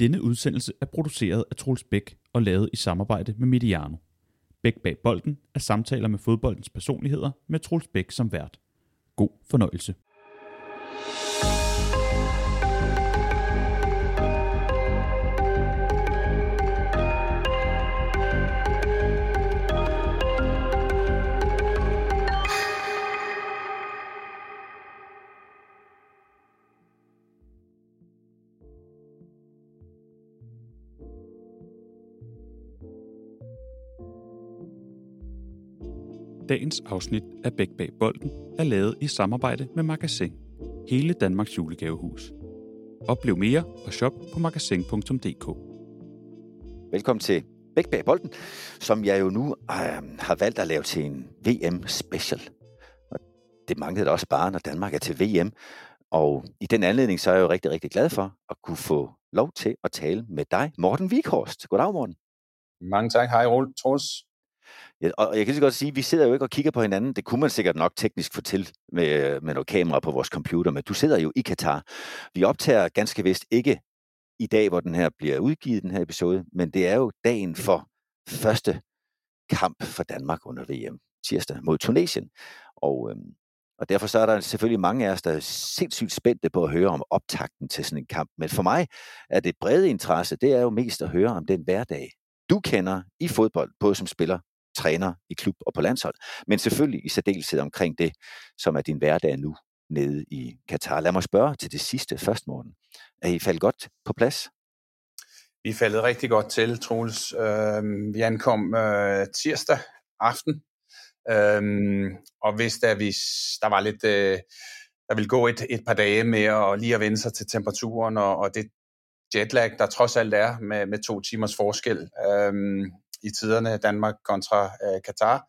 Denne udsendelse er produceret af Troels Bæk og lavet i samarbejde med Mediano. Bæk bag bolden er samtaler med fodboldens personligheder med Troels Bæk som vært. God fornøjelse. Dagens afsnit af Bæk bag bolden er lavet i samarbejde med Magasin, hele Danmarks julegavehus. Oplev mere og shop på magasin.dk. Velkommen til Bæk bag bolden, som jeg jo nu har valgt at lave til en VM-special. Og det manglede også bare, når Danmark er til VM. Og i den anledning så er jeg jo rigtig, rigtig glad for at kunne få lov til at tale med dig, Morten Wieghorst. Goddag, Morten. Mange tak. Hej, Troels. Ja, og jeg kan så godt sige, at vi sidder jo ikke og kigger på hinanden. Det kunne man sikkert nok teknisk få til med noget kamera på vores computer, men du sidder jo i Katar. Vi optager ganske vist ikke i dag, hvor den her bliver udgivet, den her episode, men det er jo dagen for første kamp for Danmark under VM, tirsdag mod Tunesien. Og derfor så er der selvfølgelig mange af os, der er sindssygt spændte på at høre om optakten til sådan en kamp. Men for mig er det brede interesse, det er jo mest at høre om den hverdag, du kender i fodbold, både som spiller, træner i klub og på landshold, men selvfølgelig i særdeleshed omkring det, som er din hverdag nu nede i Katar. Lad mig spørge til det sidste først, Morten. Er I faldet godt på plads? Vi er faldet rigtig godt til, Troels. Vi ankom tirsdag aften, og hvis der var lidt, der ville gå et par dage med at lige at vende sig til temperaturen og det jetlag, der trods alt er med 2 timers forskel i tiderne Danmark kontra Katar.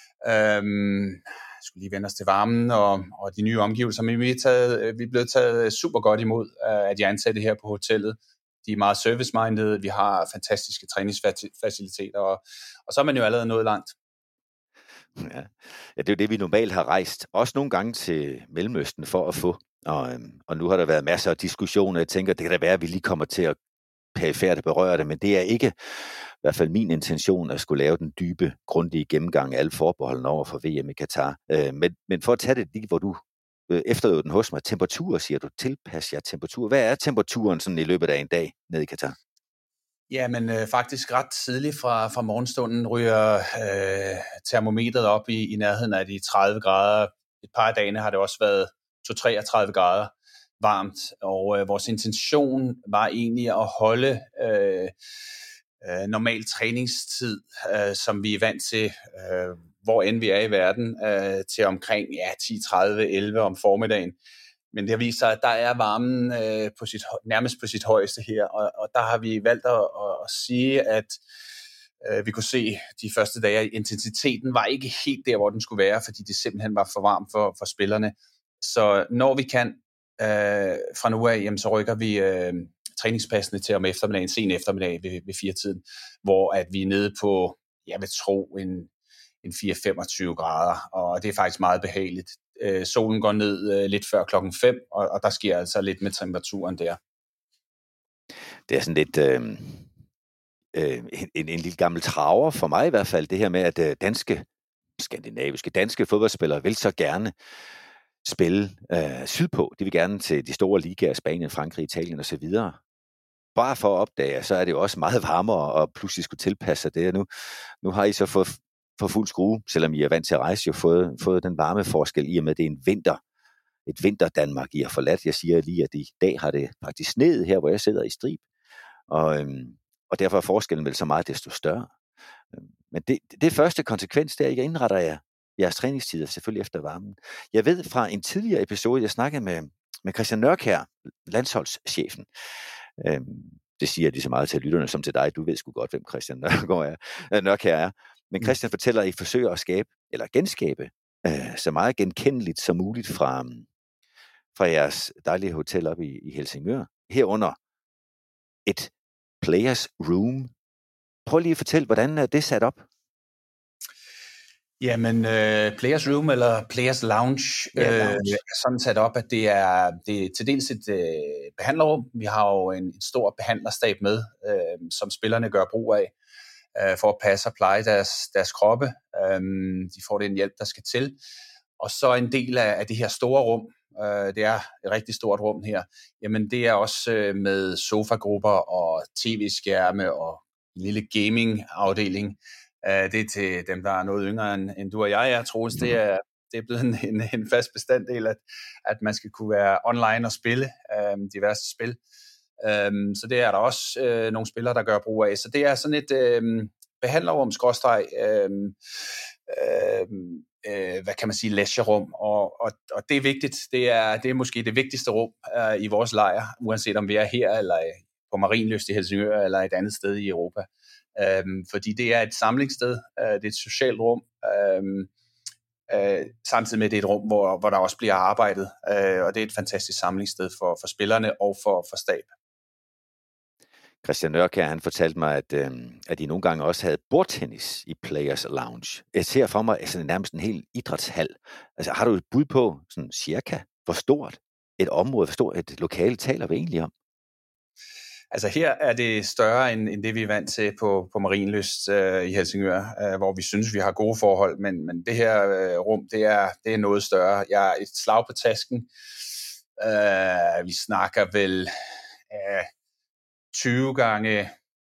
Skulle lige vende os til varmen og de nye omgivelser, men vi er blevet taget super godt imod af de ansatte her på hotellet. De er meget service-minded, vi har fantastiske træningsfaciliteter, og så er man jo allerede nået langt. Ja, det er jo det, vi normalt har rejst, også nogle gange til Mellemøsten for at få. Og nu har der været masser af diskussioner. Jeg tænker, det kan da være, at vi lige kommer til at perifært berøre det, men det er ikke i hvert fald min intention at skulle lave den dybe, grundige gennemgang af alle forbeholdene over for VM i Katar. Men for at tage det lige, hvor du efterlod den hos mig, temperatur, siger du, tilpas jer temperatur. Hvad er temperaturen sådan i løbet af en dag nede i Katar? Ja, men faktisk ret tidligt fra morgenstunden ryger termometret op i nærheden af de 30 grader. Et par af dagene har det også været 32 grader varmt, og vores intention var egentlig at holde normal træningstid, som vi er vant til, hvor end vi er i verden, til omkring 10:30-11 om formiddagen. Men det har vist sig, at der er varmen nærmest på sit højeste her, og der har vi valgt at sige, at vi kunne se de første dage, at intensiteten var ikke helt der, hvor den skulle være, fordi det simpelthen var for varmt for spillerne. Så når vi kan fra nu af, jamen, så rykker vi træningspassene til om eftermiddagen, sen eftermiddag ved 4-tiden, hvor at vi er nede på, jeg vil tro, en 4-25 grader, og det er faktisk meget behageligt. Solen går ned lidt før 5:00, og der sker altså lidt med temperaturen der. Det er sådan lidt en lille gammel traver for mig i hvert fald, det her med, at danske fodboldspillere vil så gerne spille sydpå. De vil gerne til de store ligaer, Spanien, Frankrig, Italien osv. Bare for at opdage, så er det jo også meget varmere og pludselig skulle tilpasse sig det. Nu har I så fået for fuld skrue, selvom I er vant til at rejse, jo fået den varmeforskel i og med, at det er et vinter Danmark, I har forladt. Jeg siger lige, at i dag har det faktisk sneet her, hvor jeg sidder i Strib, og derfor er forskellen vel så meget desto større. Men det første konsekvens, det er, at I indretter jeres træningstider selvfølgelig efter varmen. Jeg ved fra en tidligere episode, jeg snakkede med Christian Nørkjær, landsholdschefen. Det siger de så meget til lytterne som til dig. Du ved sgu godt, hvem Christian Nørkjær er. Men Christian fortæller, at I forsøger at genskabe så meget genkendeligt som muligt fra jeres dejlige hotel op i Helsingør. Herunder et players room. Prøv lige at fortælle, hvordan er det sat op? Jamen, Players Room eller Players Lounge er sådan sat op, at det er til dels et behandlerrum. Vi har jo en stor behandlerstab med, som spillerne gør brug af, for at passe og pleje deres kroppe. De får den hjælp, der skal til. Og så en del af det her store rum, det er et rigtig stort rum her, jamen det er også med sofagrupper og tv-skærme og en lille gaming-afdeling. Det er til dem, der er noget yngre end du og jeg er, Troels. Det er blevet en fast bestanddel, at man skal kunne være online og spille diverse spil. Så det er der også nogle spillere, der gør brug af. Så det er sådan et behandlerrum, hvad kan man sige, leisure-rum, og det er vigtigt. Det er måske det vigtigste rum i vores lejr, uanset om vi er her eller på Marienlyst i Helsingør eller et andet sted i Europa. Fordi det er et samlingssted, det er et socialt rum, samtidig med det er et rum, hvor der også bliver arbejdet, og det er et fantastisk samlingssted for spillerne og for stab. Christian Nørkjær, han fortalte mig, at de nogle gange også havde bordtennis i Players Lounge. Jeg ser for mig sådan nærmest en hel idrætshal. Altså, har du et bud på sådan cirka, hvor stort et område, hvor stort et lokale taler vi egentlig om? Altså her er det større end det, vi er vant til på Marienlyst i Helsingør, hvor vi synes, vi har gode forhold, men det her rum, det er noget større. Jeg er et slag på tasken. Vi snakker vel 20 gange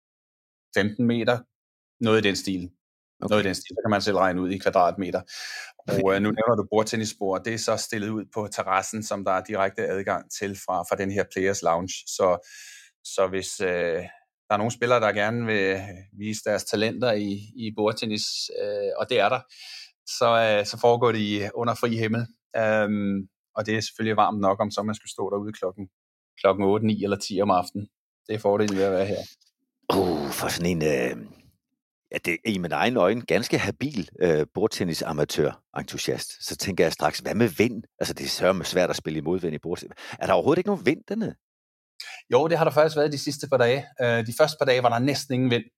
15 meter, noget i den stil. Okay. Noget i den stil, der kan man selv regne ud i kvadratmeter. Og nu nævner du bordtennisbord, det er så stillet ud på terrassen, som der er direkte adgang til fra den her Players Lounge. Så hvis der er nogle spillere, der gerne vil vise deres talenter i bordtennis, og det er der, så foregår det under fri himmel. Og det er selvfølgelig varmt nok, om så man skal stå derude klokken 8, 9 eller 10 om aftenen. Det er fordelen ved at være her. For sådan en, det er i mine egne øjne ganske habil bordtennis-amatør-entusiast. Så tænker jeg straks, hvad med vind? Altså det er sørme svært at spille i modvind i bordtennis. Er der overhovedet ikke nogen vind dernede? Jo, det har der faktisk været de sidste par dage. De første par dage var der næsten ingen vind.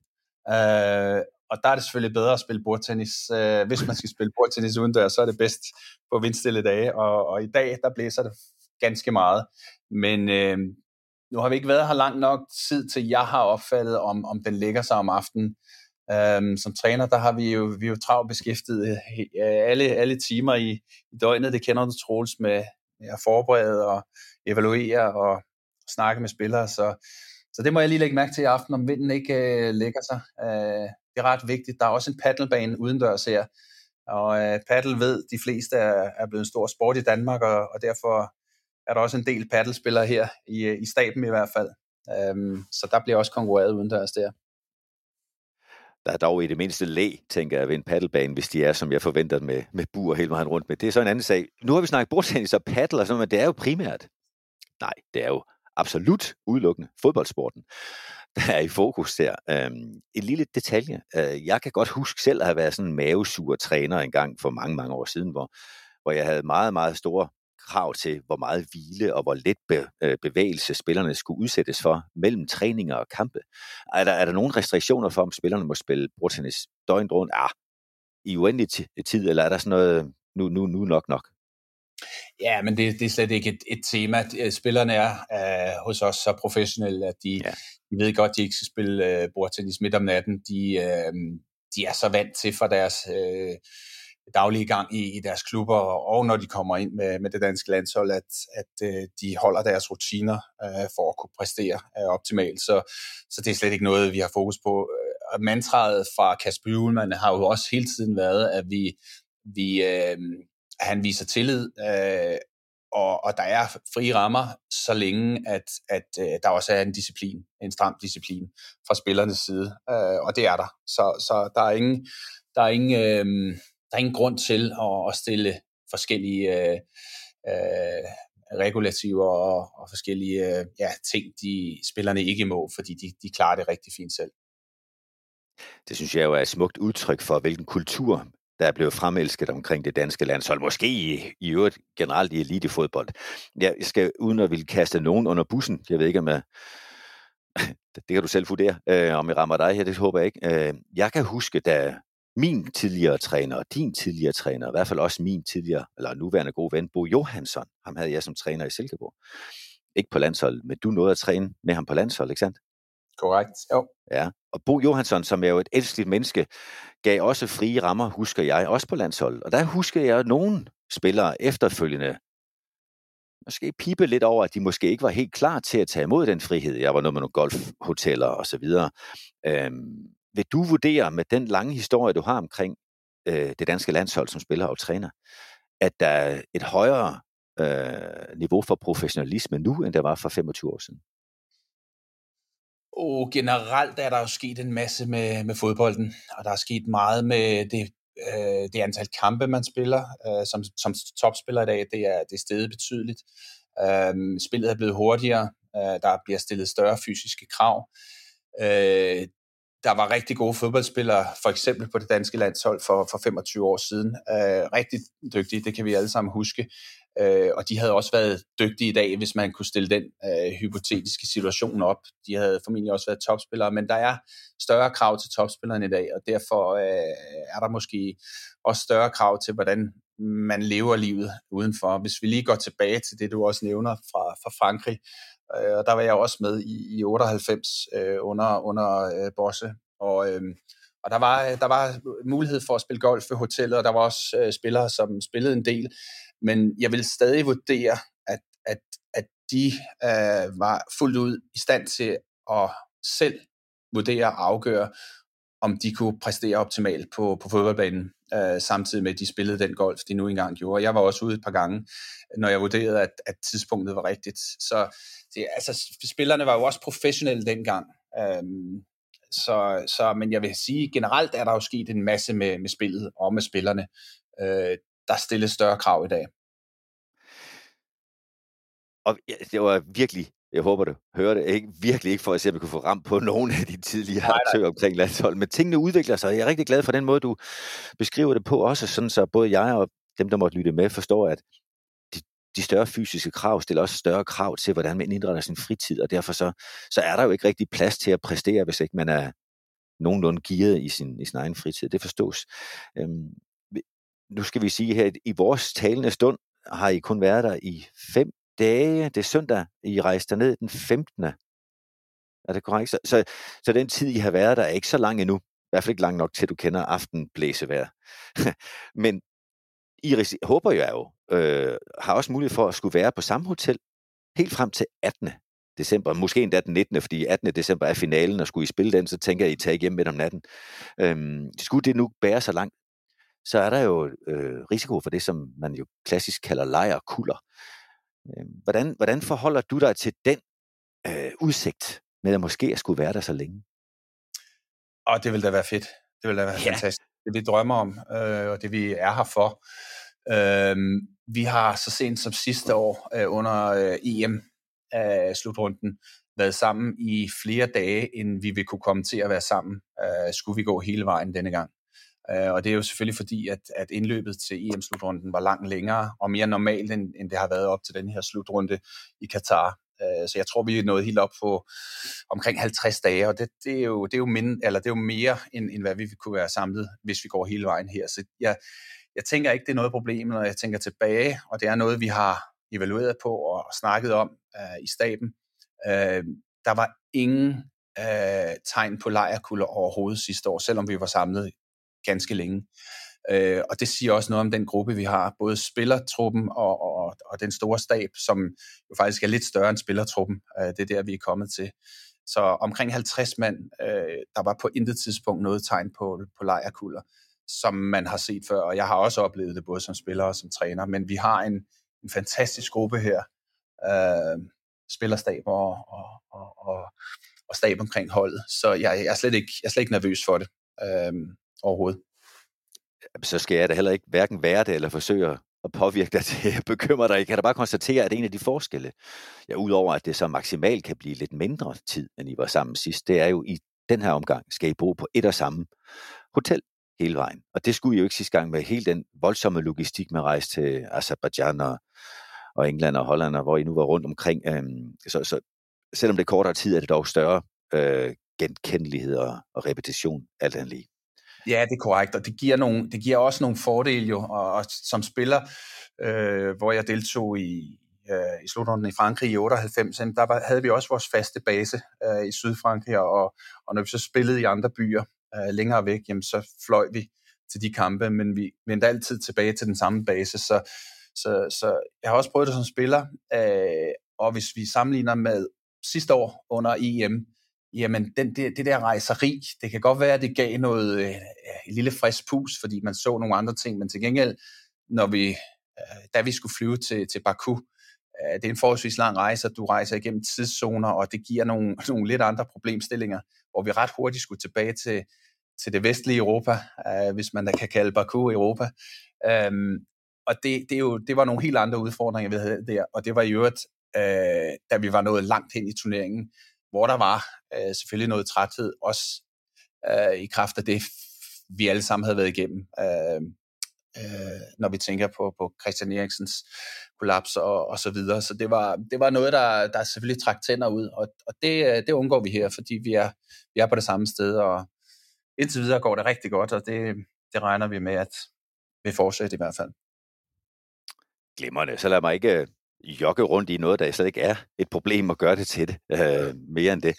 Og der er det selvfølgelig bedre at spille bordtennis. Hvis man skal spille bordtennis udendørs, så er det bedst på vindstille dage. Og i dag, der blæser det ganske meget. Men nu har vi ikke været her lang nok tid til, jeg har opfattet, om den lægger sig om aftenen. Som træner, der har vi er jo travlt beskæftiget alle timer i døgnet. Det kender du, Troels, med at forberede og evaluere og snakke med spillere. Så det må jeg lige lægge mærke til i aften, om vinden ikke lægger sig. Det er ret vigtigt. Der er også en paddlebane udendørs her. Og paddle ved, de fleste er blevet en stor sport i Danmark, og derfor er der også en del paddelspillere her, i staben i hvert fald. Så der bliver også konkurreret udendørs der. Der er dog i det mindste læ, tænker jeg, ved en paddlebane, hvis de er, som jeg forventer, med buer hele vejen rundt med. Det er så en anden sag. Nu har vi snakket bordtennis og paddle og sådan, men det er jo primært. Nej, det er jo absolut udelukkende fodboldsporten, der er i fokus der. En lille detalje. Jeg kan godt huske selv at have været sådan en mavesur træner engang for mange, mange år siden, hvor jeg havde meget, meget store krav til, hvor meget hvile og hvor let bevægelse spillerne skulle udsættes for mellem træninger og kampe. Er der nogle restriktioner for, om spillerne må spille bordtennis døgnet rundt? I uendelig tid, eller er der sådan noget nu nok? Ja, men det er slet ikke et tema. Spillerne er hos os så professionelle, at de ved godt, at de ikke skal spille bordtennis midt om natten. De er så vant til for deres daglige gang i deres klubber, og når de kommer ind med det danske landshold, at de holder deres rutiner for at kunne præstere optimalt. Så det er slet ikke noget, vi har fokus på. Mantraet fra Kasper Hjulmand har jo også hele tiden været, at han viser tillid, og der er frie rammer, så længe at der også er en stram disciplin fra spillernes side, og det er der. Så der er ingen grund til at stille forskellige regulativer og forskellige ting, de spillerne ikke må, fordi de klarer det rigtig fint selv. Det synes jeg jo er et smukt udtryk for, hvilken kultur der er blevet fremelsket omkring det danske landshold, måske i øvrigt generelt i elitefodbold. Jeg skal, uden at ville kaste nogen under bussen, jeg ved ikke, om det kan du selv vurdere, om jeg rammer dig her, det håber jeg ikke. Jeg kan huske, da min tidligere træner, og din tidligere træner, i hvert fald også min tidligere, eller nuværende gode ven, Bo Johansson, ham havde jeg som træner i Silkeborg. ikke på landsholdet, men du nåede at træne med ham på landsholdet, ikke sandt? Korrekt, jo. Ja, og Bo Johansson, som er jo et elskeligt menneske, gav også frie rammer, husker jeg, også på landsholdet. Og der husker jeg nogle spillere efterfølgende måske pipe lidt over, at de måske ikke var helt klar til at tage imod den frihed. Jeg var noget med nogle golfhoteller og så videre. Vil du vurdere med den lange historie, du har omkring det danske landshold som spiller og træner, at der er et højere niveau for professionalisme nu, end der var for 25 år siden? Generelt er der jo sket en masse med fodbolden, og der er sket meget med det antal kampe, man spiller som topspiller i dag. Det er steget betydeligt. Spillet er blevet hurtigere. Der bliver stillet større fysiske krav. Der var rigtig gode fodboldspillere, for eksempel på det danske landshold for 25 år siden. Rigtig dygtige, det kan vi alle sammen huske. Og de havde også været dygtige i dag, hvis man kunne stille den hypotetiske situation op. De havde formentlig også været topspillere, men der er større krav til topspillerne i dag, og derfor er der måske også større krav til, hvordan man lever livet udenfor. Hvis vi lige går tilbage til det, du også nævner fra Frankrig, og der var jeg også med i 98 under Bosse, og der var mulighed for at spille golf ved hotellet, og der var også spillere, som spillede en del, men jeg vil stadig vurdere, at de var fuldt ud i stand til at selv vurdere og afgøre, om de kunne præstere optimalt på fodboldbanen, samtidig med, at de spillede den golf, de nu engang gjorde. Jeg var også ude et par gange, når jeg vurderede, at tidspunktet var rigtigt. Så spillerne var jo også professionelle dengang. Men jeg vil sige, generelt er der jo sket en masse med spillet og med spillerne. Der stilles større krav i dag. Og det var virkelig, jeg håber du hører det, ikke? Virkelig ikke for at se, om jeg kunne få ramt på nogle af de tidligere aktører omkring landshold, men tingene udvikler sig, og jeg er rigtig glad for den måde, du beskriver det på også, sådan så både jeg og dem, der måtte lytte med, forstår, at de større fysiske krav stiller også større krav til, hvordan man indretter sin fritid, og derfor så er der jo ikke rigtig plads til at præstere, hvis ikke man er nogenlunde gearet i sin egen fritid. Det forstås. Nu skal vi sige her, i vores talende stund har I kun været der i 5 dage. Det er søndag, I rejste derned den 15. Er det korrekt? Så den tid, I har været der, er ikke så lang endnu. I hvert fald ikke lang nok til, du kender aftenblæsevejr. Men I håber jeg jo, har også mulighed for at skulle være på samme hotel helt frem til 18. december. Måske endda den 19. fordi 18. december er finalen, og skulle I spille den, så tænker jeg, I tager hjem midt om natten. Skulle det nu bære så langt, så er der jo risiko for det, som man jo klassisk kalder lejrkulder. Hvordan forholder du dig til den udsigt med at måske skulle være der så længe? Og det vil da være fedt. Det vil da være fantastisk. Det vi drømmer om, og det vi er her for. Vi har så sent som sidste år under EM-slutrunden været sammen i flere dage, end vi vil kunne komme til at være sammen, skulle vi gå hele vejen denne gang. Og det er jo selvfølgelig fordi, at indløbet til EM-slutrunden var langt længere og mere normalt, end det har været op til den her slutrunde i Katar. Så jeg tror, vi er nået helt op på omkring 50 dage, og det er jo mere, end hvad vi kunne være samlet, hvis vi går hele vejen her. Så jeg tænker ikke, det er noget problem, når jeg tænker tilbage, og det er noget, vi har evalueret på og snakket om i staben. Der var ingen tegn på lejrkulder overhovedet sidste år, selvom vi var samlet ganske længe. Og det siger også noget om den gruppe, vi har, både spillertruppen og den store stab, som jo faktisk er lidt større end spillertruppen. Det er der, vi er kommet til. Så omkring 50 mand, der var på intet tidspunkt noget tegn på lejrkulder, som man har set før, og jeg har også oplevet det både som spiller og som træner, men vi har en fantastisk gruppe her, spillerstab og stab omkring holdet, så jeg er slet ikke nervøs for det overhovedet. Så skal jeg da heller ikke hverken være det eller forsøge at påvirke dig til at bekymre dig. Jeg kan da bare konstatere, at en af de forskelle, udover at det så maksimalt kan blive lidt mindre tid, end I var sammen sidst, det er jo i den her omgang, skal I bo på et og samme hotel hele vejen. Og det skulle I jo ikke sidste gang med hele den voldsomme logistik med rejse til Aserbajdsjan og England og Holland, hvor I nu var rundt omkring. Så selvom det er kortere tid, er det dog større genkendelighed og repetition, alt andet lige. Ja, det er korrekt, og det giver også nogle fordele jo, og som spiller, hvor jeg deltog i i slutrunden i Frankrig i 98, havde vi også vores faste base i Sydfrankrig, og når vi så spillede i andre byer længere væk, jamen, så fløj vi til de kampe, men vi vendte altid tilbage til den samme base, så jeg har også prøvet det som spiller, og hvis vi sammenligner med sidste år under EM, jamen det der rejseri, det kan godt være, at det gav noget et lille frisk pus, fordi man så nogle andre ting, men til gengæld, da vi skulle flyve til Baku, det er en forholdsvis lang rejse, og du rejser igennem tidszoner, og det giver nogle lidt andre problemstillinger, hvor vi ret hurtigt skulle tilbage til det vestlige Europa, hvis man da kan kalde Baku Europa. Og det var nogle helt andre udfordringer, vi havde der, og det var i øvrigt, da vi var nået langt hen i turneringen, hvor der var selvfølgelig noget træthed, også i kraft af det, vi alle sammen havde været igennem, når vi tænker på Christian Eriksens kollaps og så videre. Så det var noget, der selvfølgelig trak tænder ud, og det undgår vi her, fordi vi er på det samme sted, og indtil videre går det rigtig godt, og det regner vi med, at vi fortsætter i hvert fald. Glimrende. Så lad mig ikke jogge rundt i noget, der slet ikke er et problem, at gøre det til det. Mere end det.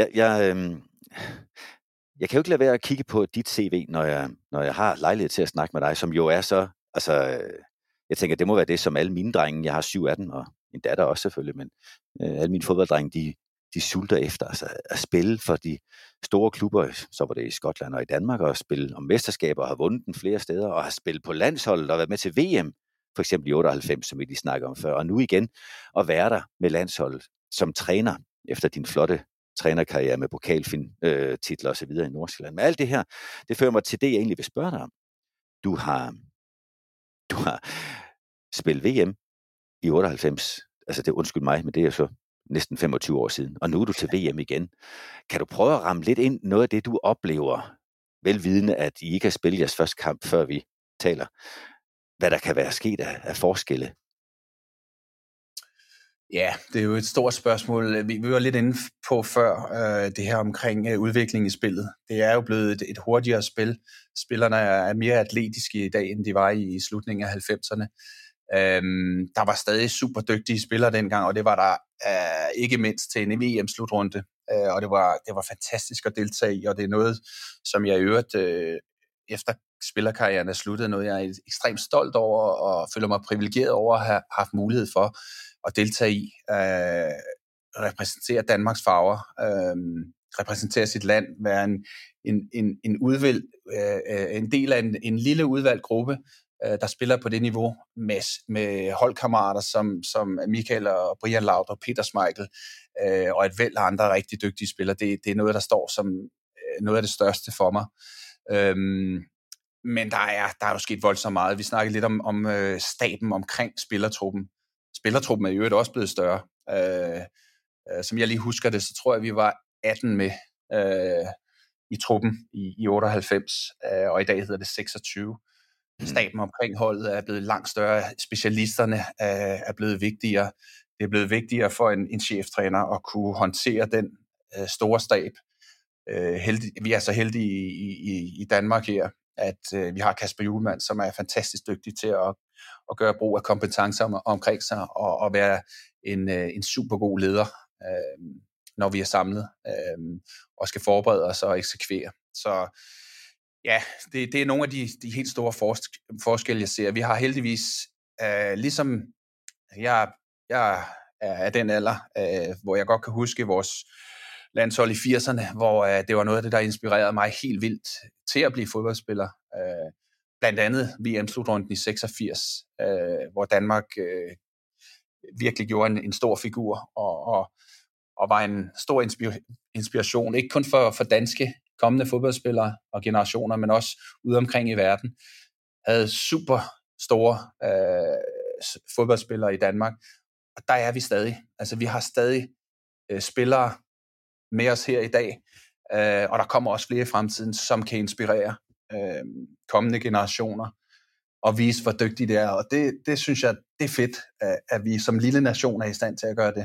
Jeg kan jo ikke lade være at kigge på dit CV, når jeg har lejlighed til at snakke med dig, som jo er så, altså, jeg tænker, det må være det, som alle mine drenge, jeg har 7 af dem, og en datter også selvfølgelig, men alle mine fodbolddrenge, de sulter efter altså, at spille for de store klubber, så var det i Skotland og i Danmark, og spille om mesterskaber, og har vundet den flere steder, og har spillet på landsholdet, og været med til VM, for eksempel i 98, som vi lige snakker om før, og nu igen at være der med landsholdet som træner, efter din flotte trænerkarriere med pokaltitler og så videre i Nordsjælland. Men alt det her, det fører mig til det, jeg egentlig vil spørge dig om. Du har spillet VM i 98, altså det undskyld mig, men det er så næsten 25 år siden, og nu er du til VM igen. Kan du prøve at ramme lidt ind noget af det, du oplever, velvidende, at I ikke har spillet jeres første kamp, før vi taler, hvad der kan være sket af forskelle? Ja, det er jo et stort spørgsmål. Vi var lidt inde på før det her omkring udvikling i spillet. Det er jo blevet et hurtigere spil. Spillerne er mere atletiske i dag, end de var i slutningen af 90'erne. Der var stadig super dygtige spillere dengang, og det var der ikke mindst til en VM-slutrunde. Og det var fantastisk at deltage i, og det er noget, som jeg i øvrigt efter spillerkarrieren er sluttet, noget jeg er ekstremt stolt over, og føler mig privilegeret over at have haft mulighed for at deltage i, repræsentere Danmarks farver, repræsentere sit land, være en del af en lille udvalgt gruppe, der spiller på det niveau, med holdkammerater som Michael og Brian Laudrup, Peter Schmeichel, og et væld af andre rigtig dygtige spillere. Det er noget, der står som noget af det største for mig. Men der er jo sket voldsomt meget. Vi snakkede lidt om staben omkring spillertruppen. Spillertruppen er jo også blevet større. Som jeg lige husker det, så tror jeg, vi var 18 med i truppen i 98, og i dag hedder det 26. Staben omkring holdet er blevet langt større. Specialisterne er blevet vigtigere. Det er blevet vigtigere for en cheftræner at kunne håndtere den store stab. Vi er så heldige i Danmark her, at vi har Kasper Hjulmand, som er fantastisk dygtig til at gøre brug af kompetencer omkring sig og være en super god leder, når vi er samlet og skal forberede os og eksekvere. Så ja, det er nogle af de helt store forskelle, jeg ser. Vi har heldigvis, ligesom jeg er den alder, hvor jeg godt kan huske vores landshold i 80'erne, hvor det var noget af det, der inspirerede mig helt vildt til at blive fodboldspiller. Blandt andet VM-slutrunden i 86, hvor Danmark virkelig gjorde en stor figur og var en stor inspiration, ikke kun for danske kommende fodboldspillere og generationer, men også ude omkring i verden. Havde super store fodboldspillere i Danmark, og der er vi stadig. Altså vi har stadig spillere med os her i dag, og der kommer også flere i fremtiden, som kan inspirere kommende generationer og vise, hvor dygtige det er. Og det synes jeg, det er fedt, at vi som lille nation er i stand til at gøre det.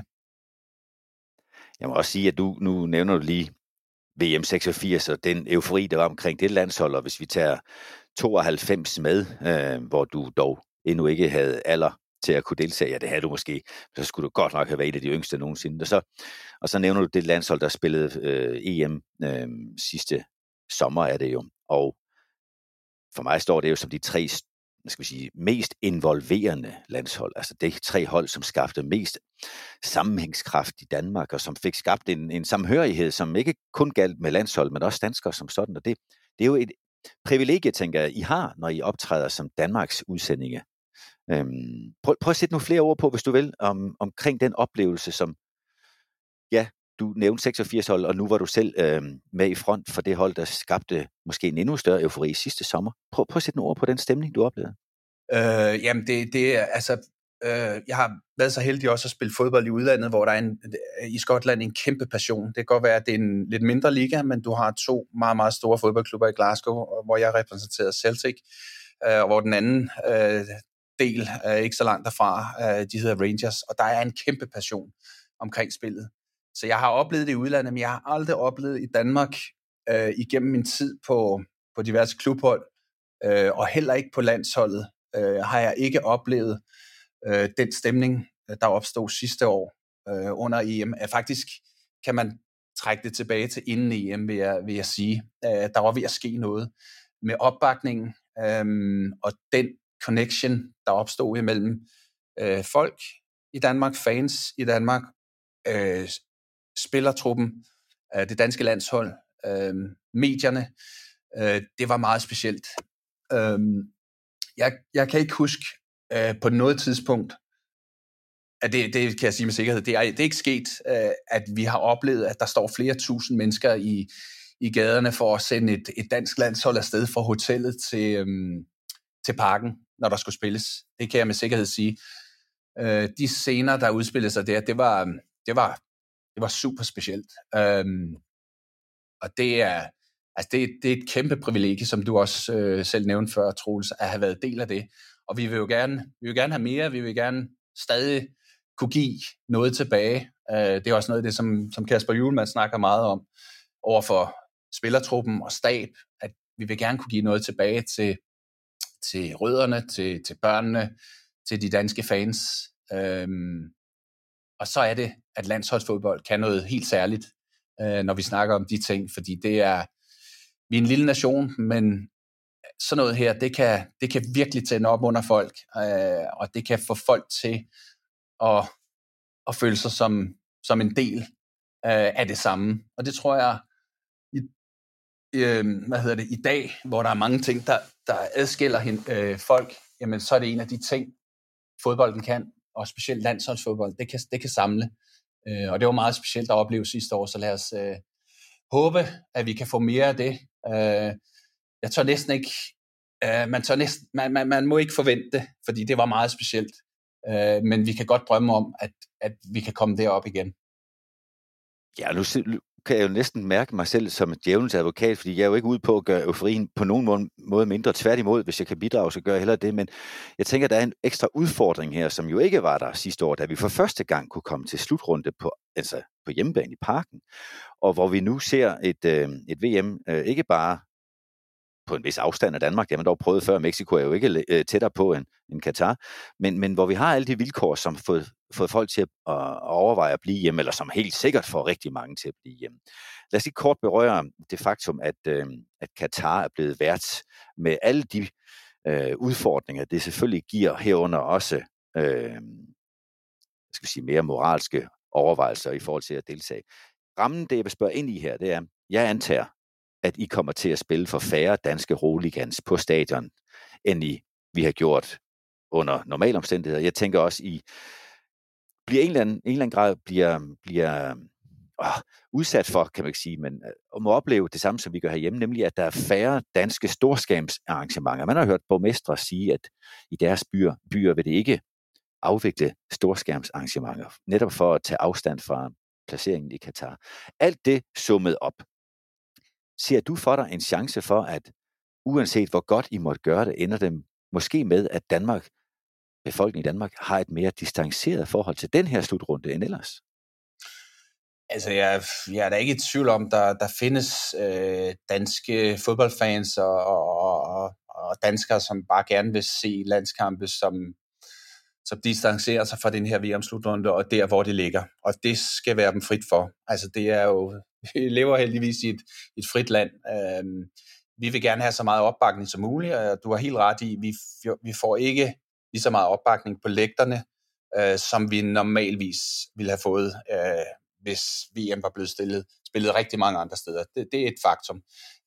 Jeg må også sige, at nu nævner du lige VM 86 og den eufori, der var omkring det landshold, og hvis vi tager 92 med, hvor du dog endnu ikke havde alder til at kunne deltage. Ja, det havde du måske. Så skulle du godt nok have været et af de yngste nogensinde. Og så nævner du det landshold, der spillede EM sidste sommer, er det jo. Og for mig står det jo som de tre mest involverende landshold. Altså det er 3 hold, som skabte mest sammenhængskraft i Danmark, og som fik skabt en samhørighed, som ikke kun galt med landshold, men også danskere som sådan. Og det er jo et privilegie, tænker jeg, I har, når I optræder som Danmarks udsendinge. Prøv at sætte nogle flere ord på, hvis du vil, omkring den oplevelse, som, ja, du nævnte 86 hold, og nu var du selv med i front for det hold, der skabte måske en endnu større eufori sidste sommer. Prøv at sætte nogle ord på den stemning, du oplevede. Jamen, det er, altså, jeg har været så heldig også at spille fodbold i udlandet, hvor der er i Skotland en kæmpe passion. Det kan godt være, at det er en lidt mindre liga, men du har 2 meget, meget store fodboldklubber i Glasgow, hvor jeg repræsenterede Celtic, og hvor den anden del er ikke så langt derfra, de hedder Rangers, og der er en kæmpe passion omkring spillet. Så jeg har oplevet det i udlandet, men jeg har aldrig oplevet i Danmark igennem min tid på diverse klubhold, og heller ikke på landsholdet, har jeg ikke oplevet den stemning, der opstod sidste år under EM. Faktisk kan man trække det tilbage til inden EM, vil jeg sige. Der var ved at ske noget med opbakningen og den connection, der opstod imellem folk i Danmark, fans i Danmark, spillertruppen, det danske landshold, medierne. Det var meget specielt. Jeg kan ikke huske på noget tidspunkt, at det kan jeg sige med sikkerhed, det er ikke sket, at vi har oplevet, at der står flere tusind mennesker i gaderne for at sende et dansk landshold afsted fra hotellet til parken, når der skulle spilles. Det kan jeg med sikkerhed sige. De scener, der udspillede sig der, det var super specielt. Og det er et kæmpe privilegie, som du også selv nævnte før, Troels, at have været del af det. Og vi vil jo gerne have mere, vi vil gerne stadig kunne give noget tilbage. Det er også noget af det, som Kasper Hjulmand snakker meget om overfor spillertruppen og stab, at vi vil gerne kunne give noget tilbage til rødderne, til børnene, til de danske fans. Og så er det, at landsholdsfodbold kan noget helt særligt, når vi snakker om de ting, fordi vi er en lille nation, men sådan noget her, det kan virkelig tænde op under folk, og det kan få folk til at føle sig som en del af det samme. Og det tror jeg, i dag, hvor der er mange ting, der adskiller folk, jamen så er det en af de ting, fodbolden kan, og specielt landsholdsfodbold, det kan samle. Og det var meget specielt at opleve sidste år, så lad os håbe, at vi kan få mere af det. Jeg tør næsten ikke, man må ikke forvente det, fordi det var meget specielt. Men vi kan godt drømme om, at vi kan komme derop igen. Ja, nu kan jeg jo næsten mærke mig selv som djævelens advokat, fordi jeg er jo ikke ude på at gøre euforien på nogen måde mindre. Tværtimod, hvis jeg kan bidrage, så gør jeg hellere det. Men jeg tænker, der er en ekstra udfordring her, som jo ikke var der sidste år, da vi for første gang kunne komme til slutrunde på hjemmebane i parken, og hvor vi nu ser et VM, ikke bare på en vis afstand af Danmark, det har man dog prøvet før, Mexico er jo ikke tættere på end Katar, men hvor vi har alle de vilkår, som fået folk til at overveje at blive hjemme, eller som helt sikkert får rigtig mange til at blive hjemme. Lad os lige kort berøre det faktum, at Katar er blevet vært med alle de udfordringer, det selvfølgelig giver herunder også mere moralske overvejelser i forhold til at deltage. Rammen, det jeg vil spørge ind i her, det er, jeg antager, at I kommer til at spille for færre danske hooligans på stadion, end vi har gjort under normale omstændigheder. Jeg tænker også, I bliver en eller anden grad bliver udsat for, kan man ikke sige, men må opleve det samme, som vi gør herhjemme, nemlig at der er færre danske storskærmsarrangementer. Man har hørt borgmestre sige, at i deres byer vil det ikke afvikle storskærmsarrangementer, netop for at tage afstand fra placeringen i Katar. Alt det summet op. Ser du for dig en chance for, at uanset hvor godt I måtte gøre det, ender det måske med, at befolkningen i Danmark har et mere distanceret forhold til den her slutrunde end ellers? Altså, jeg er da ikke i tvivl om, der findes danske fodboldfans og danskere, som bare gerne vil se landskampe som distancerer sig fra den her VM-slutrunde, og der, hvor det ligger. Og det skal være dem frit for. Altså, det er jo... Vi lever heldigvis i et frit land. Vi vil gerne have så meget opbakning som muligt, og du har helt ret i, vi får ikke lige så meget opbakning på lægterne, som vi normalvis ville have fået, hvis VM var blevet spillet rigtig mange andre steder. Det er et faktum.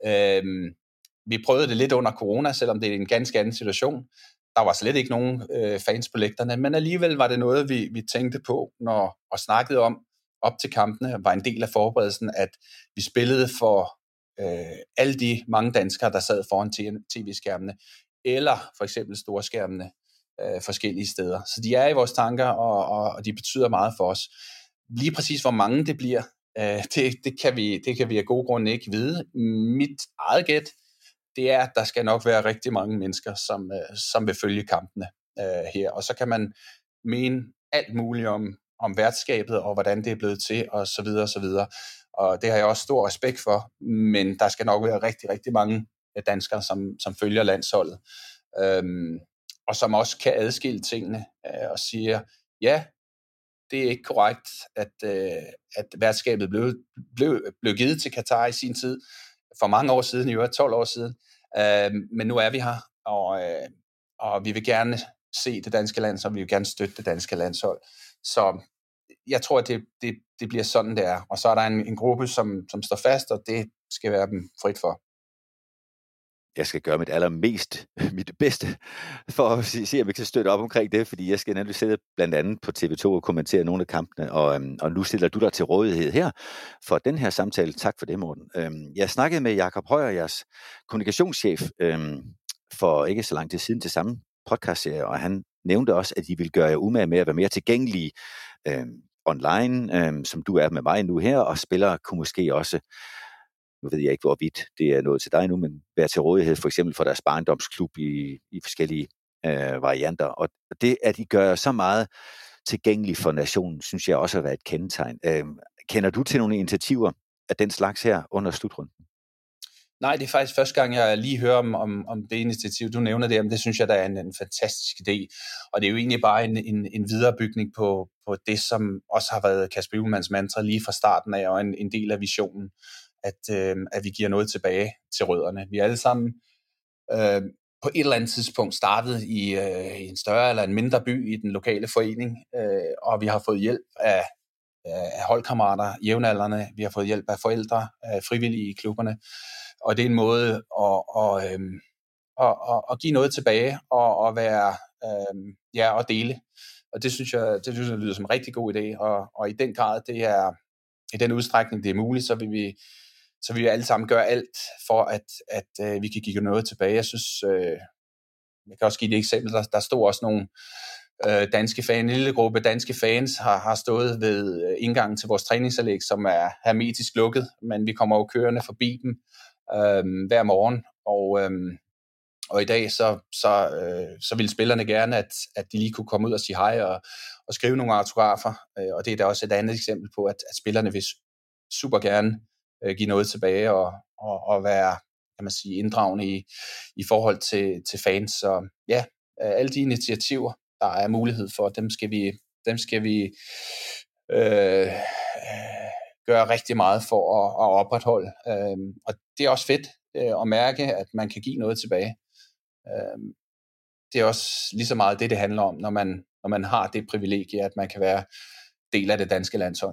Vi prøvede det lidt under corona, selvom det er en ganske anden situation. Der var slet ikke nogen fans på lægterne, men alligevel var det noget, vi tænkte på og snakkede om op til kampene, var en del af forberedelsen, at vi spillede for alle de mange danskere, der sad foran tv-skærmene, eller for eksempel storskærmene forskellige steder. Så de er i vores tanker, og de betyder meget for os. Lige præcis hvor mange det bliver, det kan vi af gode grunde ikke vide. Mit eget gæt, det er, at der skal nok være rigtig mange mennesker, som vil følge kampene her. Og så kan man mene alt muligt om værtskabet, og hvordan det er blevet til, og så videre, og så videre. Og det har jeg også stor respekt for, men der skal nok være rigtig, rigtig mange danskere, som følger landsholdet, og som også kan adskille tingene, og siger, ja, det er ikke korrekt, at værtskabet blev givet til Katar i sin tid, for mange år siden, i øvrigt 12 år siden, men nu er vi her, og vi vil gerne se det danske landshold, og vi vil gerne støtte det danske landshold. Så jeg tror, at det bliver sådan, det er. Og så er der en gruppe, som står fast, og det skal være dem frit for. Jeg skal gøre mit bedste, for at se, om vi kan støtte op omkring det, fordi jeg skal nemlig sidde blandt andet på TV2 og kommentere nogle af kampene, og nu stiller du dig til rådighed her for den her samtale. Tak for det, Morten. Jeg snakkede med Jakob Højer, jeres kommunikationschef, for ikke så lang tid siden til samme podcastserie, og han nævnte også, at I vil gøre jer umage med at være mere tilgængelige online, som du er med mig nu her, og spillere kunne måske også, nu ved jeg ikke, hvorvidt det er noget til dig nu, men være til rådighed for eksempel for deres barndomsklub i forskellige varianter. Og det, at I gør så meget tilgængeligt for nationen, synes jeg også har været et kendetegn. Kender du til nogle initiativer af den slags her under slutrunden? Nej, det er faktisk første gang, jeg lige hører om det initiativ, du nævner det, men det synes jeg, der er en fantastisk idé. Og det er jo egentlig bare en viderebygning på det, som også har været Kasper Hjulmands mantra lige fra starten af, og en del af visionen, at vi giver noget tilbage til rødderne. Vi er alle sammen på et eller andet tidspunkt startet i en større eller en mindre by i den lokale forening, og vi har fået hjælp af holdkammerater, jævnaldrende, vi har fået hjælp af forældre, af frivillige i klubberne, og det er en måde at give noget tilbage og være og dele. Og det synes jeg lyder som en rigtig god idé, og i den grad det er i den udstrækning det er muligt, så vil vi alle sammen gøre alt for at vi kan give noget tilbage. Jeg synes, jeg kan også give et eksempel. Der stod også nogle en lille gruppe danske fans har stået ved indgangen til vores træningsanlæg, som er hermetisk lukket, men vi kommer jo kørende forbi dem hver morgen, og i dag så vil spillerne gerne, at de lige kunne komme ud og sige hej og skrive nogle autografer, og det er da også et andet eksempel på, at spillerne vil super gerne give noget tilbage og være, kan man sige, inddragende i forhold til fans. Så ja, alle de initiativer, der er mulighed for, dem skal vi gøre rigtig meget for at opretholde. Og det er også fedt at mærke, at man kan give noget tilbage. Det er også lige så meget det handler om, når man har det privilegie, at man kan være del af det danske landshold.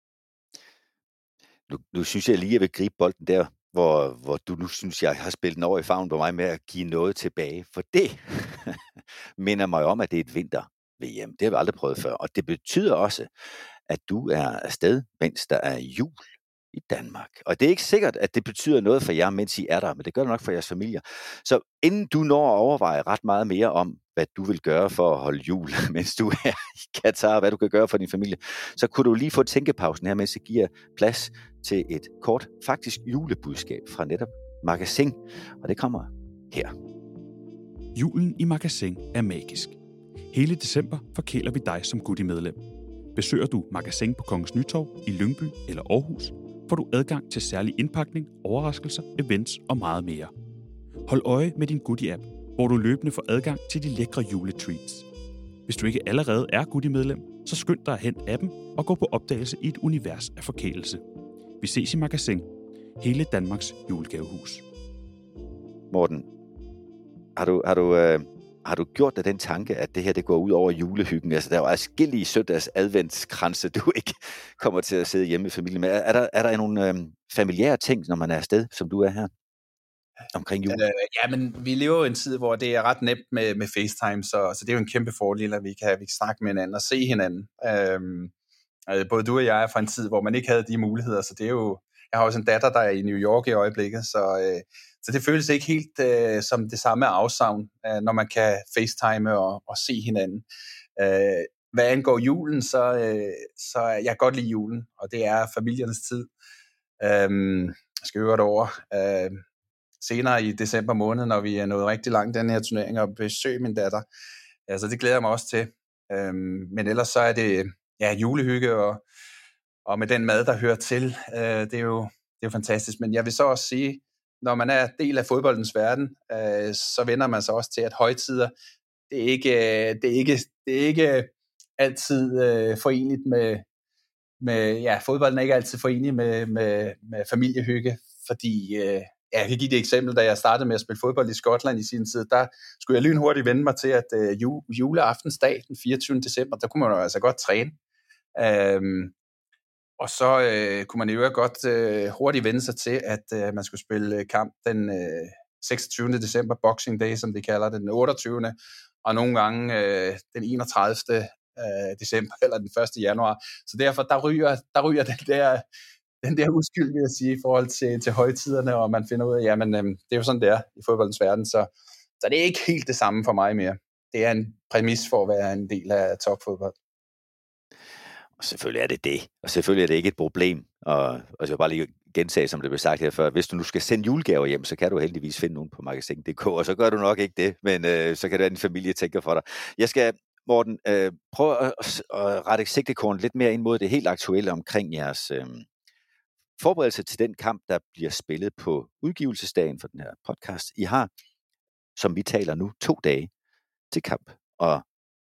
Nu synes jeg lige, at jeg vil gribe bolden der, hvor du nu synes, jeg har spillet den over i favnen på mig med at give noget tilbage. For det minder mig om, at det er et vinter-VM. Det har vi aldrig prøvet før. Og det betyder også, at du er afsted, mens der er jul i Danmark. Og det er ikke sikkert, at det betyder noget for jer, mens I er der, men det gør det nok for jeres familier. Så inden du når at overveje ret meget mere om, hvad du vil gøre for at holde jul, mens du er i Katar, hvad du kan gøre for din familie, så kunne du lige få tænkepausen her, mens jeg giver plads til et kort, faktisk julebudskab fra netop Magasin, og det kommer her. Julen i Magasin er magisk. Hele december forkæler vi dig som Goodie-medlem. Besøger du Magasin på Kongens Nytorv i Lyngby eller Aarhus, får du adgang til særlig indpakning, overraskelser, events og meget mere. Hold øje med din Goodie-app, hvor du løbende får adgang til de lækre juletreats. Hvis du ikke allerede er Goodie-medlem, så skynd dig at hente appen og gå på opdagelse i et univers af forkælelse. Vi ses i Magasin, hele Danmarks julegavehus. Morten, har du gjort dig den tanke, at det her det går ud over julehyggen? Altså, der er jo adskillige søndags adventskranse, du ikke kommer til at sidde hjemme i familien med. Er der nogle familiære ting, når man er afsted, som du er her? Omkring jul? Ja, men vi lever jo i en tid, hvor det er ret nemt med FaceTime, så det er jo en kæmpe fordel, at vi kan snakke med hinanden og se hinanden. Både du og jeg er fra en tid, hvor man ikke havde de muligheder, så det er jo... Jeg har også en datter, der er i New York i øjeblikket, så det føles ikke helt som det samme afsavn, når man kan FaceTime og se hinanden. Hvad angår julen, så jeg godt lide julen, og det er familiernes tid. Jeg skal øve det over senere i december måned, når vi er nået rigtig langt den her turnering, og besøge min datter. Så det glæder jeg mig også til. Men ellers så er det julehygge, og med den mad, der hører til, det er jo fantastisk. Men jeg vil så også sige, når man er del af fodboldens verden, så vender man sig også til, at højtider, det er ikke altid forenligt med fodbolden er ikke altid forenlig med familiehygge, fordi jeg kan give det et eksempel, da jeg startede med at spille fodbold i Skotland i sin tid, der skulle jeg lynhurtigt vende mig til, at juleaftensdag, den 24. december, der kunne man jo altså godt træne. Og så kunne man jo godt hurtigt vende sig til, at man skulle spille kamp den 26. december, Boxing Day, som de kalder det, den 28. Og nogle gange den 31. december, eller den 1. januar. Så derfor, der ryger den der uskyld, vil jeg sige, i forhold til højtiderne, og man finder ud af, jamen, det er jo sådan, det er i fodboldens verden, så det er ikke helt det samme for mig mere. Det er en præmis for at være en del af topfodbold. Og selvfølgelig er det det, og selvfølgelig er det ikke et problem, og jeg vil bare lige gentage, som det blev sagt her før, hvis du nu skal sende julegaver hjem, så kan du heldigvis finde nogen på magasin.dk, og så gør du nok ikke det, men så kan det være, en familie tænker for dig. Jeg skal, Morten, prøve at rette sigtekornet lidt mere ind mod det helt aktuelle omkring jeres forberedelse til den kamp, der bliver spillet på udgivelsesdagen for den her podcast. I har, som vi taler nu, 2 dage til kamp, og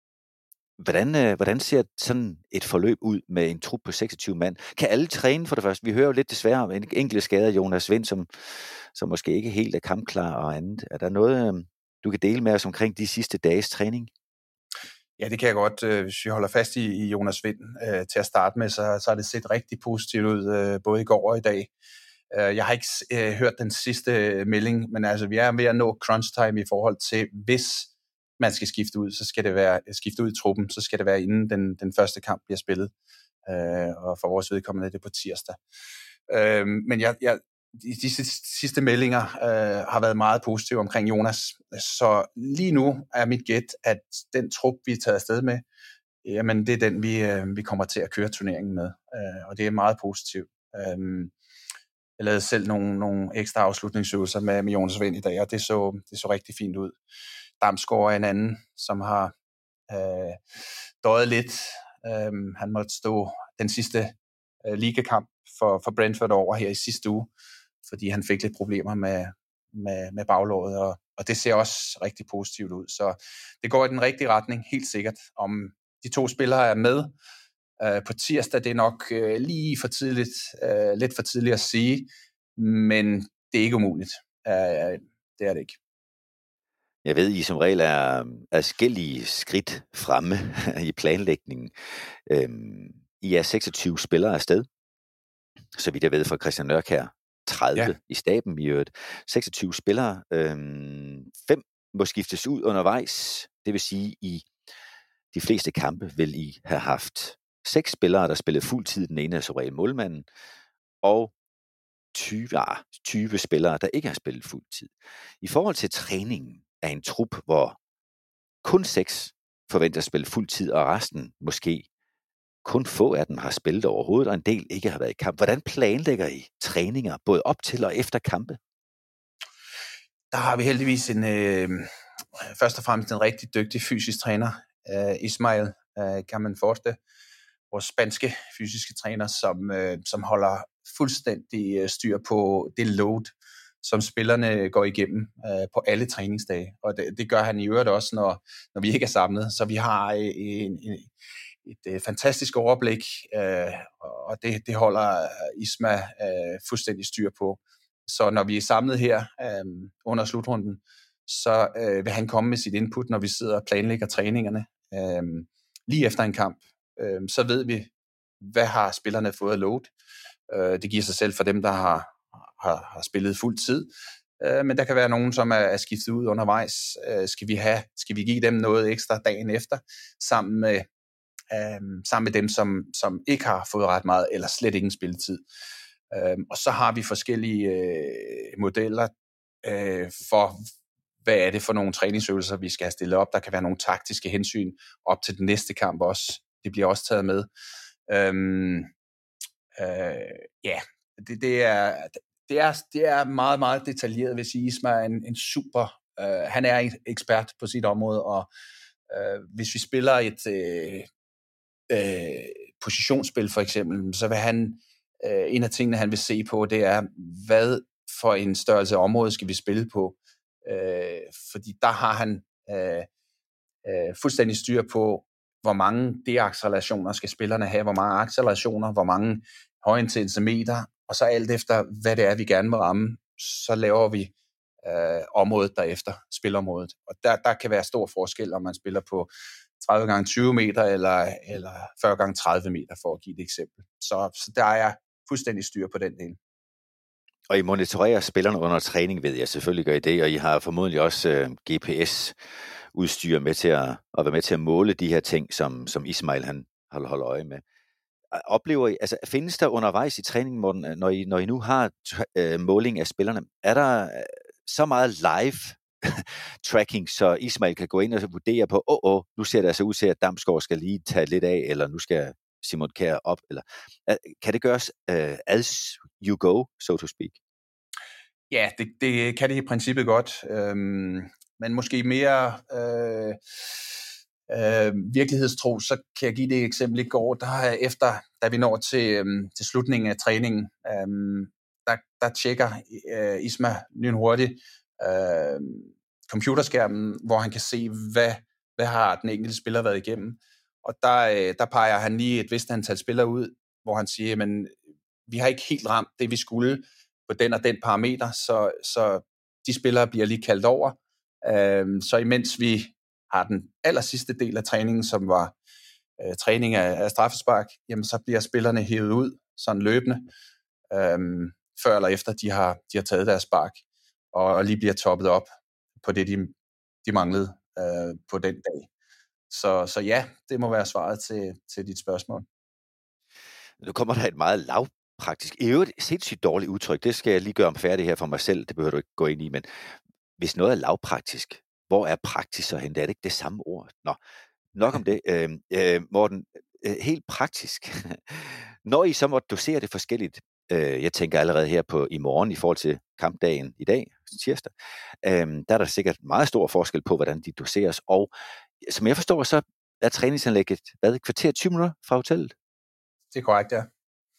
hvordan ser sådan et forløb ud med en trup på 26 mand? Kan alle træne for det første? Vi hører jo lidt desværre om enkelte skader, Jonas Vind, som måske ikke helt er kampklar og andet. Er der noget, du kan dele med os omkring de sidste dages træning? Ja, det kan jeg godt. Hvis vi holder fast i Jonas Vind til at starte med, så har det set rigtig positivt ud, både i går og i dag. Jeg har ikke hørt den sidste melding, men altså, vi er ved at nå crunch time i forhold til, hvis man skal skifte ud, så skal det være skifte ud i truppen, så skal det være inden den første kamp bliver spillet. Og for vores vedkommende er det på tirsdag. Men de sidste meldinger har været meget positive omkring Jonas. Så lige nu er mit gæt, at den trup, vi er taget afsted med, jamen det er den, vi kommer til at køre turneringen med. Og det er meget positivt. Jeg lavede selv nogle ekstra afslutningsøvelser med Jonas Vind i dag, og det så rigtig fint ud. Damsgaard er en anden, som har døjet lidt. Han måtte stå den sidste ligakamp for Brentford over her i sidste uge, fordi han fik lidt problemer med baglåret, og det ser også rigtig positivt ud. Så det går i den rigtige retning, helt sikkert. Om de 2 spillere er med på tirsdag, det er nok lige for tidligt, lidt for tidligt at sige, men det er ikke umuligt. Det er det ikke. Jeg ved, I som regel er adskillige skridt fremme i planlægningen. I er 26 spillere afsted, så vidt jeg ved fra Christian Nørkjær, 30 i staben i øvrigt. 26 spillere, 5 må skiftes ud undervejs, det vil sige, i de fleste kampe vil I have haft 6 spillere, der spillede fuld tid, den ene er som regel målmanden, og 20 spillere, der ikke har spillet fuld tid. I forhold til træningen af en trup, hvor kun 6 forventer at spille fuld tid, og resten måske kun få af dem har spillet overhovedet, og en del ikke har været i kamp. Hvordan planlægger I træninger, både op til og efter kampe? Der har vi heldigvis først og fremmest en rigtig dygtig fysisk træner, Ismael Camanforte, vores spanske fysiske træner, som holder fuldstændig styr på det load, som spillerne går igennem på alle træningsdage. Og det gør han i øvrigt også, når vi ikke er samlet. Så vi har et fantastisk overblik, og det holder Isma fuldstændig styr på. Så når vi er samlet her under slutrunden, så vil han komme med sit input, når vi sidder og planlægger træningerne. Lige efter en kamp, så ved vi, hvad har spillerne fået af load. Det giver sig selv for dem, der har spillet fuld tid. Men der kan være nogen, som er skiftet ud undervejs. Skal vi give dem noget ekstra dagen efter, sammen med dem, som ikke har fået ret meget, eller slet ingen spilletid. Og så har vi forskellige modeller for, hvad er det for nogle træningsøvelser, vi skal have stillet op. Der kan være nogle taktiske hensyn op til den næste kamp også. Det bliver også taget med. Det er meget, meget detaljeret, hvis Isma er en super... han er en ekspert på sit område, og hvis vi spiller et positionsspil for eksempel, så vil han... en af tingene, han vil se på, det er, hvad for en størrelse af område skal vi spille på. Fordi der har han fuldstændig styr på, hvor mange deaccelerationer skal spillerne have, hvor mange accelerationer, hvor mange højintense meter, og så alt efter, hvad det er, vi gerne vil ramme, så laver vi området derefter, spilområdet. Og der kan være stor forskel, om man spiller på 30x20 meter eller 40x30 meter, for at give et eksempel. Så der er fuldstændig styr på den del. Og I monitorerer spillerne under træning, ved jeg selvfølgelig gør I det, og I har formodentlig også GPS-udstyr med til at være med til at måle de her ting, som Ismail han holder øje med. Oplever I, altså findes der undervejs i træningen, Morten, når I nu har måling af spillerne, er der så meget live tracking, så Ismail kan gå ind og vurdere på, nu ser det altså ud til, at Damsgaard skal lige tage lidt af, eller nu skal Simon Kjær op, eller kan det gøres as you go, so to speak? Ja, det kan det i princippet godt, men måske mere virkelighedstro, så kan jeg give det et eksempel i går, da vi når til slutningen af træningen, der tjekker Isma lynhurtigt computerskærmen, hvor han kan se, hvad har den enkelte spiller været igennem. Og der peger han lige et vist antal spillere ud, hvor han siger, men vi har ikke helt ramt det, vi skulle på den og den parameter, så de spillere bliver lige kaldt over. Så imens vi har den aller sidste del af træningen, som var træning af straffespark, jamen så bliver spillerne hævet ud sådan løbende, før eller efter de har taget deres spark, og lige bliver toppet op på det, de manglede på den dag. Så ja, det må være svaret til dit spørgsmål. Nu kommer der et meget lavpraktisk, i øvrigt sindssygt dårligt udtryk, det skal jeg lige gøre om færdig her for mig selv, det behøver du ikke gå ind i, men hvis noget er lavpraktisk, hvor er praktisk så hen? Det er det ikke det samme ord? Nå, nok om det. Morten, helt praktisk. Når I så måtte dosere det forskelligt, jeg tænker allerede her på i morgen i forhold til kampdagen i dag, tirsdag, der er der sikkert meget stor forskel på, hvordan de doseres, og som jeg forstår, så er træningsanlægget et kvarter 20 minutter fra hotellet? Det er korrekt, ja.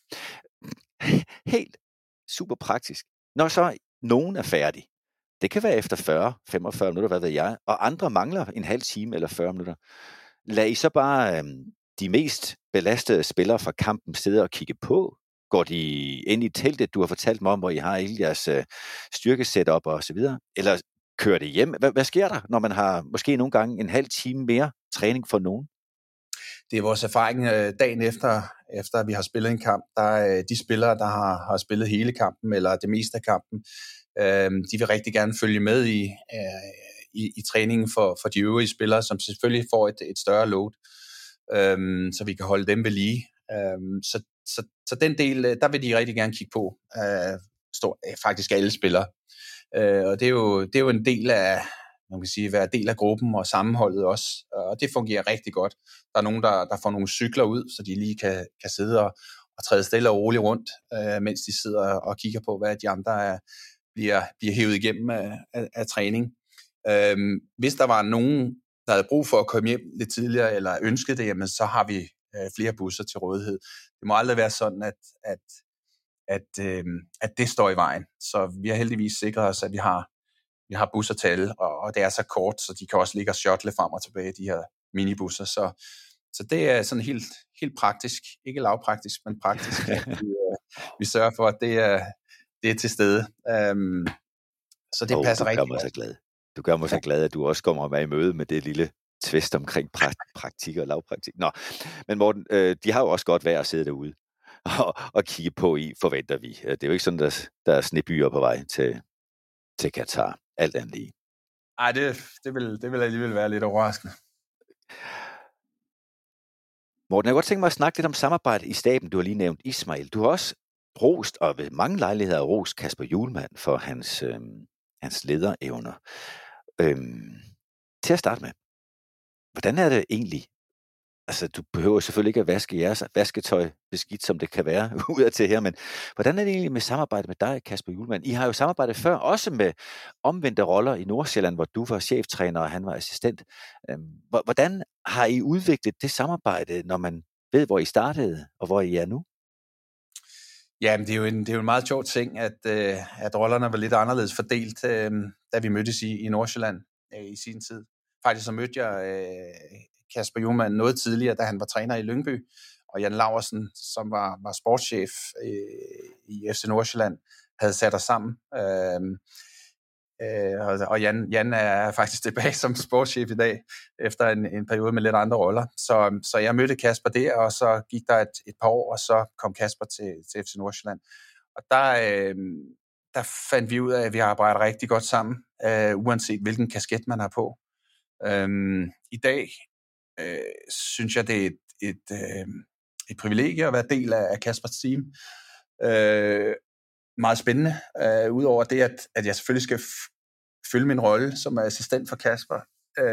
Helt super praktisk. Når så nogen er færdig, det kan være efter 40-45 minutter, hvad ved jeg, og andre mangler en halv time eller 40 minutter. Lad I så bare de mest belastede spillere fra kampen sidde og kigge på? Går de ind i teltet, du har fortalt mig om, hvor I har hele jeres styrkesetup og så videre? Eller kører det hjem? Hvad sker der, når man har måske nogle gange en halv time mere træning for nogen? Det er vores erfaring dagen efter vi har spillet en kamp. Der de spillere, der har spillet hele kampen, eller det meste af kampen, de vil rigtig gerne følge med i træningen for de øvrige spillere, som selvfølgelig får et større load, så vi kan holde dem ved lige. Så den del, der vil de rigtig gerne kigge på, faktisk alle spillere. Og det er jo en del af, man kan sige, være del af gruppen og sammenholdet også, og det fungerer rigtig godt. Der er nogen, der får nogle cykler ud, så de lige kan sidde og træde stille og roligt rundt, mens de sidder og kigger på, hvad de andre bliver hævet igennem af træning. Hvis der var nogen, der havde brug for at komme hjem lidt tidligere, eller ønskede det, jamen, så har vi flere busser til rådighed. Det må aldrig være sådan, at det står i vejen. Så vi har heldigvis sikret os, at vi har busser til alle, og det er så kort, så de kan også ligge og shuttle frem og tilbage, de her minibusser. Så det er sådan helt praktisk, ikke lavpraktisk, men praktisk, at vi sørger for, at det er til stede. Så det passer rigtig godt. Du gør mig så glad, at du også kommer med i møde med det lille twist omkring praktik og lavpraktik. Nå, men Morten, de har jo også godt været at sidde derude og kigge på i, forventer vi. Det er jo ikke sådan, der er snebyer på vej til Katar, alt andet lige. Ej, det vil alligevel være lidt overraskende. Morten, jeg kunne godt tænke mig at snakke lidt om samarbejde i staben. Du har lige nævnt Ismail. Du har også rost, og ved mange lejligheder rost Kasper Hjulmand for hans lederevner. Til at starte med, hvordan er det egentlig? Altså, du behøver selvfølgelig ikke at vaske jeres vasketøj beskidt, som det kan være udadtil her, men hvordan er det egentlig med samarbejde med dig, Kasper Hjulmand? I har jo samarbejdet før, også med omvendte roller i Nordsjælland, hvor du var cheftræner, og han var assistent. Hvordan har I udviklet det samarbejde, når man ved, hvor I startede, og hvor I er nu? Ja, men det er jo en meget sjov ting, at rollerne var lidt anderledes fordelt, da vi mødtes i Nordsjælland i sin tid. Faktisk så mødte jeg Kasper Hjulmand noget tidligere, da han var træner i Lyngby, og Jan Laursen, som var sportschef i FC Nordsjælland, havde sat os sammen. Og Jan er faktisk tilbage som sportschef i dag, efter en periode med lidt andre roller. Så jeg mødte Kasper der, og så gik der et par år, og så kom Kasper til FC Nordsjælland. Og der fandt vi ud af, at vi arbejder rigtig godt sammen, uanset hvilken kasket man har på. I dag synes jeg, det er et privilegie at være del af Kaspers team. Meget spændende. Udover det, at jeg selvfølgelig skal følge min rolle som assistent for Kasper,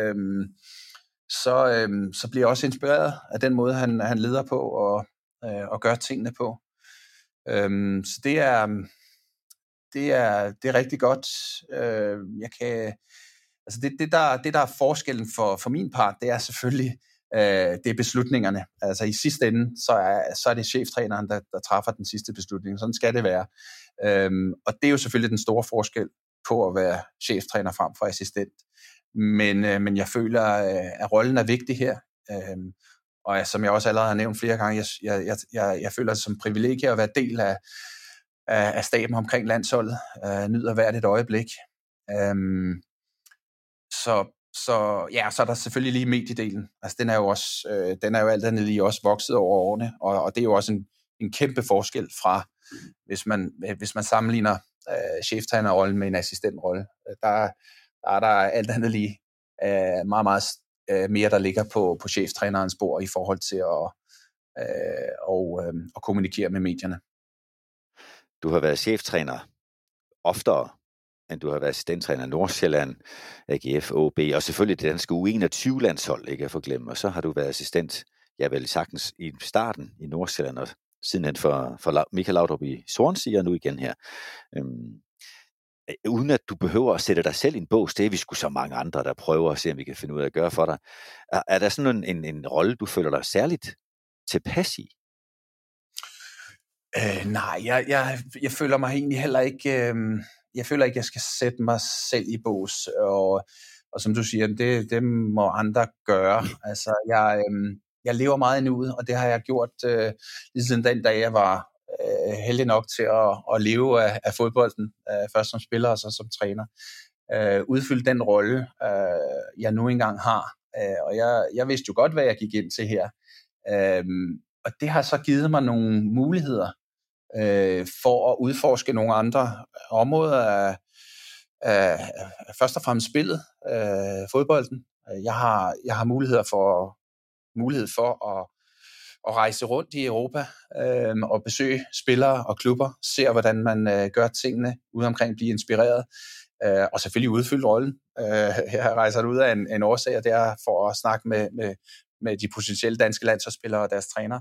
så bliver jeg også inspireret af den måde, han leder på og gør tingene på. Så det er rigtig godt. Jeg kan... Altså det der er forskellen for min part, det er selvfølgelig det er beslutningerne. Altså i sidste ende, så er det cheftræneren, der træffer den sidste beslutning. Sådan skal det være. Og det er jo selvfølgelig den store forskel på at være cheftræner frem for assistent. Men jeg føler, at rollen er vigtig her. Og som jeg også allerede har nævnt flere gange, jeg føler det som privilegie at være del af staben omkring landsholdet. Nyder hvert et øjeblik. Så er der selvfølgelig lige mediedelen. Altså den er jo alt andet lige også vokset over årene, og det er jo også en kæmpe forskel fra, hvis man sammenligner cheftrænerrollen med en assistentrolle. Der er der alt andet lige meget, meget mere, der ligger på cheftrænerens bord i forhold til at kommunikere med medierne. Du har været cheftræner oftere, end du har været assistenttræner i Nordsjælland, AGF, OB, og selvfølgelig det danske U21-landshold, ikke at få glemme. Og så har du været assistent, vel sagtens i starten i Nordsjælland, og sidenhen for Michael Laudrup i Swansea, og nu igen her. Uden at du behøver at sætte dig selv i en bås, det er vi sgu så mange andre, der prøver at se, om vi kan finde ud af at gøre for dig. Er der sådan en rolle, du føler dig særligt tilpas i? Nej, jeg føler mig egentlig heller ikke... Jeg føler ikke, at jeg skal sætte mig selv i bås, og som du siger, det må andre gøre. Altså, jeg lever meget i nuet, og det har jeg gjort lige siden den dag, jeg var heldig nok til at leve af fodbolden, først som spiller og så som træner. Udfylde den rolle, jeg nu engang har. Og jeg vidste jo godt, hvad jeg gik ind til her. Og det har så givet mig nogle muligheder for at udforske nogle andre områder af først og fremmest spillet, fodbolden. Jeg har mulighed for at rejse rundt i Europa og besøge spillere og klubber, se hvordan man gør tingene ude omkring, blive inspireret og selvfølgelig udfylde rollen. Jeg rejser ud af en årsag, og det er for at snakke med de potentielle danske landsholdsspillere og deres træner.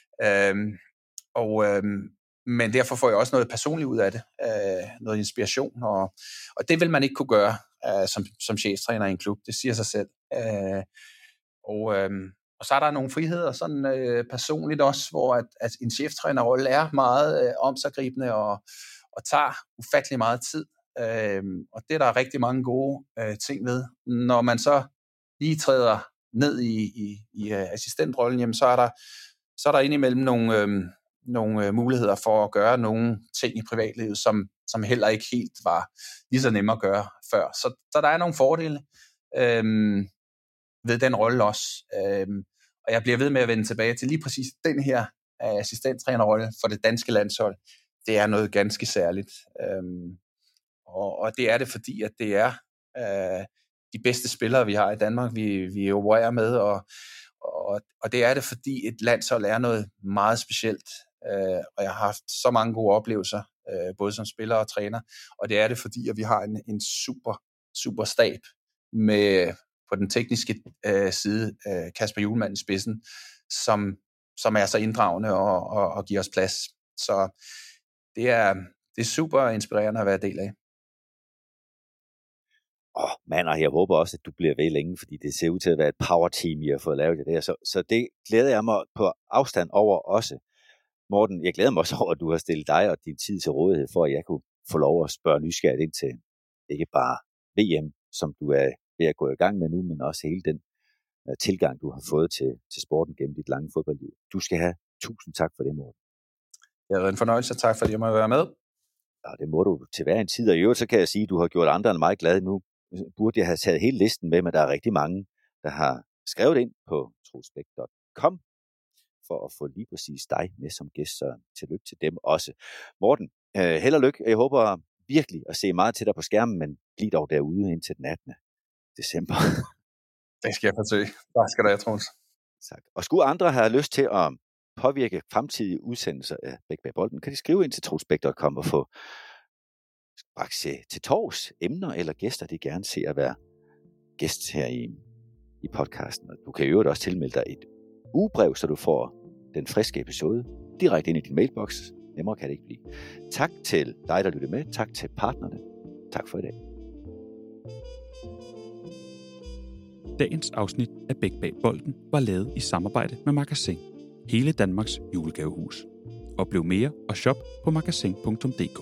Men derfor får jeg også noget personligt ud af det, noget inspiration, og det vil man ikke kunne gøre som cheftræner i en klub, det siger sig selv. Og så er der nogle friheder sådan personligt også, hvor at en cheftrænerrolle er meget omsiggribende og tager ufattelig meget tid. Og det er der rigtig mange gode ting ved. Når man så lige træder ned i assistentrollen, jamen så er der indimellem nogle muligheder for at gøre nogle ting i privatlivet, som heller ikke helt var lige så nemme at gøre før. Så der er nogle fordele ved den rolle også. Og jeg bliver ved med at vende tilbage til lige præcis den her assistenttrænerrolle for det danske landshold. Det er noget ganske særligt. Og det er det, fordi at det er de bedste spillere, vi har i Danmark, vi opererer med, og det er det, fordi et landshold er noget meget specielt. Og jeg har haft så mange gode oplevelser, både som spiller og træner, og det er det, fordi at vi har en super stab med på den tekniske side Kasper Hjulmand i spidsen, som er så inddragende og giver os plads. Så det er super inspirerende at være del af. Mand, og jeg håber også, at du bliver ved længe, fordi det ser ud til at være et power team, I har fået lavet det der. Så det glæder jeg mig på afstand over også. Morten, jeg glæder mig også over, at du har stillet dig og din tid til rådighed, for at jeg kunne få lov at spørge nysgerrigt ind til ikke bare VM, som du er ved at gå i gang med nu, men også hele den tilgang, du har fået til sporten gennem dit lange fodboldliv. Du skal have 1000 tak for det, Morten. Det har været en fornøjelse. Tak fordi jeg må være med. Ja, det må du til hver en tid. Og i øvrigt, så kan jeg sige, at du har gjort andre end mig glade nu. Burde jeg have taget hele listen med, men der er rigtig mange, der har skrevet ind på troelsbæk.com for at få lige præcis dig med som gæst, så tillykke til dem også. Morten, held og lykke. Jeg håber virkelig at se meget til dig på skærmen, men bliv dog derude indtil den 18. december. Det skal jeg forsøge. Tak skal du have, Troels. Tak. Og skulle andre have lyst til at påvirke fremtidige udsendelser af Bæk bag bolden, kan de skrive ind til troelsbæk.com og få bragt til torvs emner eller gæster, de gerne ser at være gæst her i podcasten. Du kan i øvrigt også tilmelde dig et ugebrev, så du får den friske episode direkte ind i din mailbox. Nemmere kan det ikke blive. Tak til dig, der lyttede med. Tak til partnerne. Tak for i dag. Dagens afsnit af Bæk bag bolden var lavet i samarbejde med Magasin, hele Danmarks julegavehus. Oplev mere og shop på magasin.dk.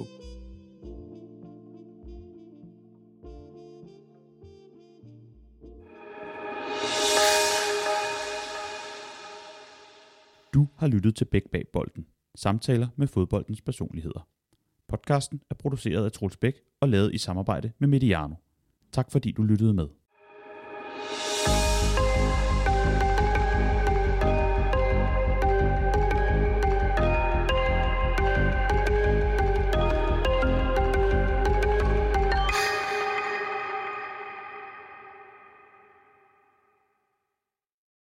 Du har lyttet til Bæk bag bolden. Samtaler med fodboldens personligheder. Podcasten er produceret af Troels Bæk og lavet i samarbejde med Mediano. Tak fordi du lyttede med.